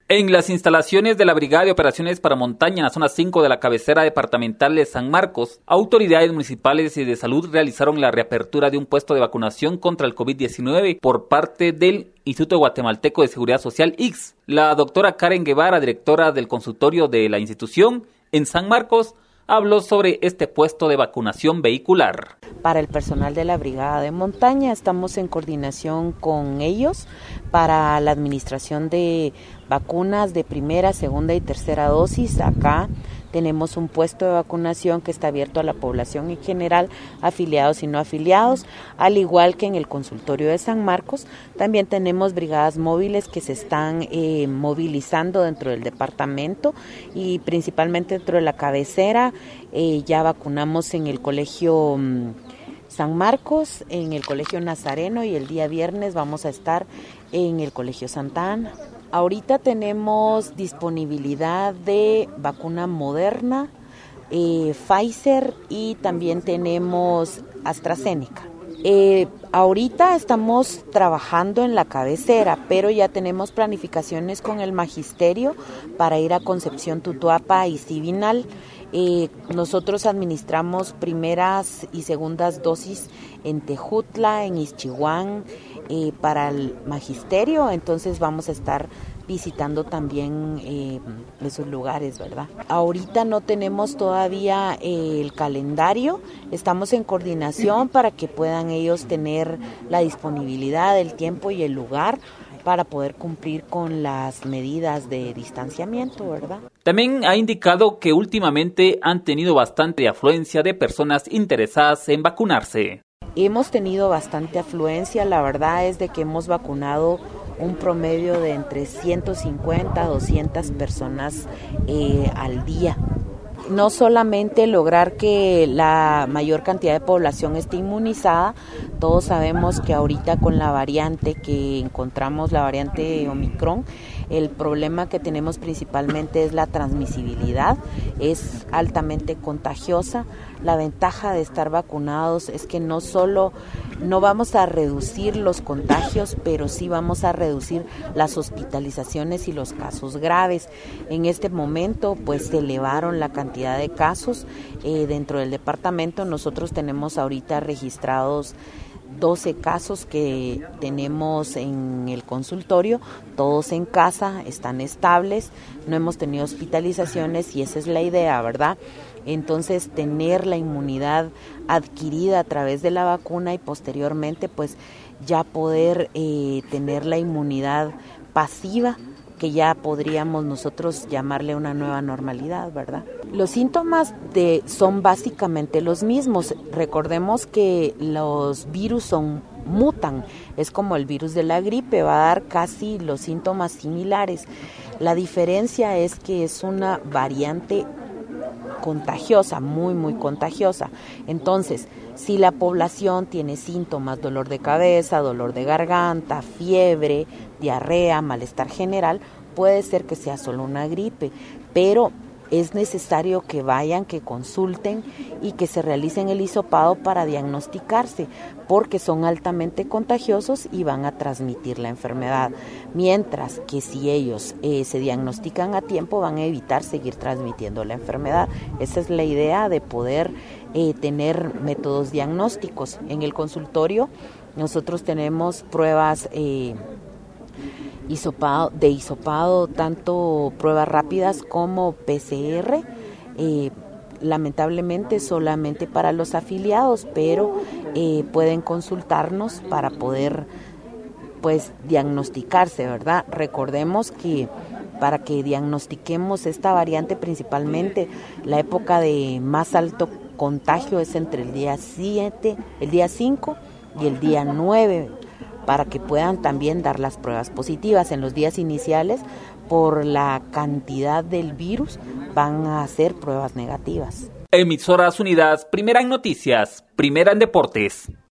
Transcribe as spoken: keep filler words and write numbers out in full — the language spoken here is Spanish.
En las instalaciones de la Brigada de Operaciones para Montaña, en la zona cinco de la cabecera departamental de San Marcos, autoridades municipales y de salud realizaron la reapertura de un puesto de vacunación contra el COVID diecinueve por parte del Instituto Guatemalteco de Seguridad Social, I G S. La doctora Karen Guevara, directora del consultorio de la institución en San Marcos, habló sobre este puesto de vacunación vehicular. Para el personal de la Brigada de Montaña, estamos en coordinación con ellos para la administración de vacunas de primera, segunda y tercera dosis. Acá tenemos un puesto de vacunación que está abierto a la población en general, afiliados y no afiliados, al igual que en el consultorio de San Marcos. También tenemos brigadas móviles que se están eh, movilizando dentro del departamento y principalmente dentro de la cabecera. Eh, ya vacunamos en el colegio um, San Marcos, en el colegio Nazareno, y el día viernes vamos a estar en el colegio Santa Ana. Ahorita tenemos disponibilidad de vacuna Moderna, eh, Pfizer, y también tenemos AstraZeneca. Eh, ahorita estamos trabajando en la cabecera, pero ya tenemos planificaciones con el magisterio para ir a Concepción, Tutuapa y Sibinal. Eh, nosotros administramos primeras y segundas dosis en Tejutla, en Ixchihuán, eh, para el magisterio, entonces vamos a estar visitando también eh, esos lugares, ¿verdad? Ahorita no tenemos todavía eh, el calendario, estamos en coordinación para que puedan ellos tener la disponibilidad, el tiempo y el lugar para poder cumplir con las medidas de distanciamiento, ¿verdad? También ha indicado que últimamente han tenido bastante afluencia de personas interesadas en vacunarse. Hemos tenido bastante afluencia, la verdad es de que hemos vacunado un promedio de entre ciento cincuenta a doscientas personas eh, al día. No solamente lograr que la mayor cantidad de población esté inmunizada, todos sabemos que ahorita con la variante que encontramos, la variante Omicron, el problema que tenemos principalmente es la transmisibilidad, es altamente contagiosa. La ventaja de estar vacunados es que no solo no vamos a reducir los contagios, pero sí vamos a reducir las hospitalizaciones y los casos graves. En este momento, pues se elevaron la cantidad de casos eh, dentro del departamento. Nosotros tenemos ahorita registrados doce casos que tenemos en el consultorio, todos en casa, están estables, no hemos tenido hospitalizaciones y esa es la idea, ¿verdad? Entonces, tener la inmunidad adquirida a través de la vacuna y posteriormente, pues, ya poder eh, tener la inmunidad pasiva, que ya podríamos nosotros llamarle una nueva normalidad, ¿verdad? Los síntomas de, son básicamente los mismos. Recordemos que los virus son, mutan, es como el virus de la gripe, va a dar casi los síntomas similares. La diferencia es que es una variante contagiosa, muy, muy contagiosa. Entonces, si la población tiene síntomas, dolor de cabeza, dolor de garganta, fiebre, diarrea, malestar general, puede ser que sea solo una gripe, pero es necesario que vayan, que consulten y que se realicen el hisopado para diagnosticarse, porque son altamente contagiosos y van a transmitir la enfermedad. Mientras que si ellos eh, se diagnostican a tiempo, van a evitar seguir transmitiendo la enfermedad. Esa es la idea de poder eh, tener métodos diagnósticos. En el consultorio nosotros tenemos pruebas eh, Hisopado, de hisopado, tanto pruebas rápidas como P C R, eh, lamentablemente solamente para los afiliados, pero eh, pueden consultarnos para poder, pues, diagnosticarse, ¿verdad? Recordemos que para que diagnostiquemos esta variante, principalmente la época de más alto contagio es entre el día siete, el día cinco y el día nueve, para que puedan también dar las pruebas positivas. En los días iniciales, por la cantidad del virus, van a hacer pruebas negativas. Emisoras Unidas, primera en noticias, primera en deportes.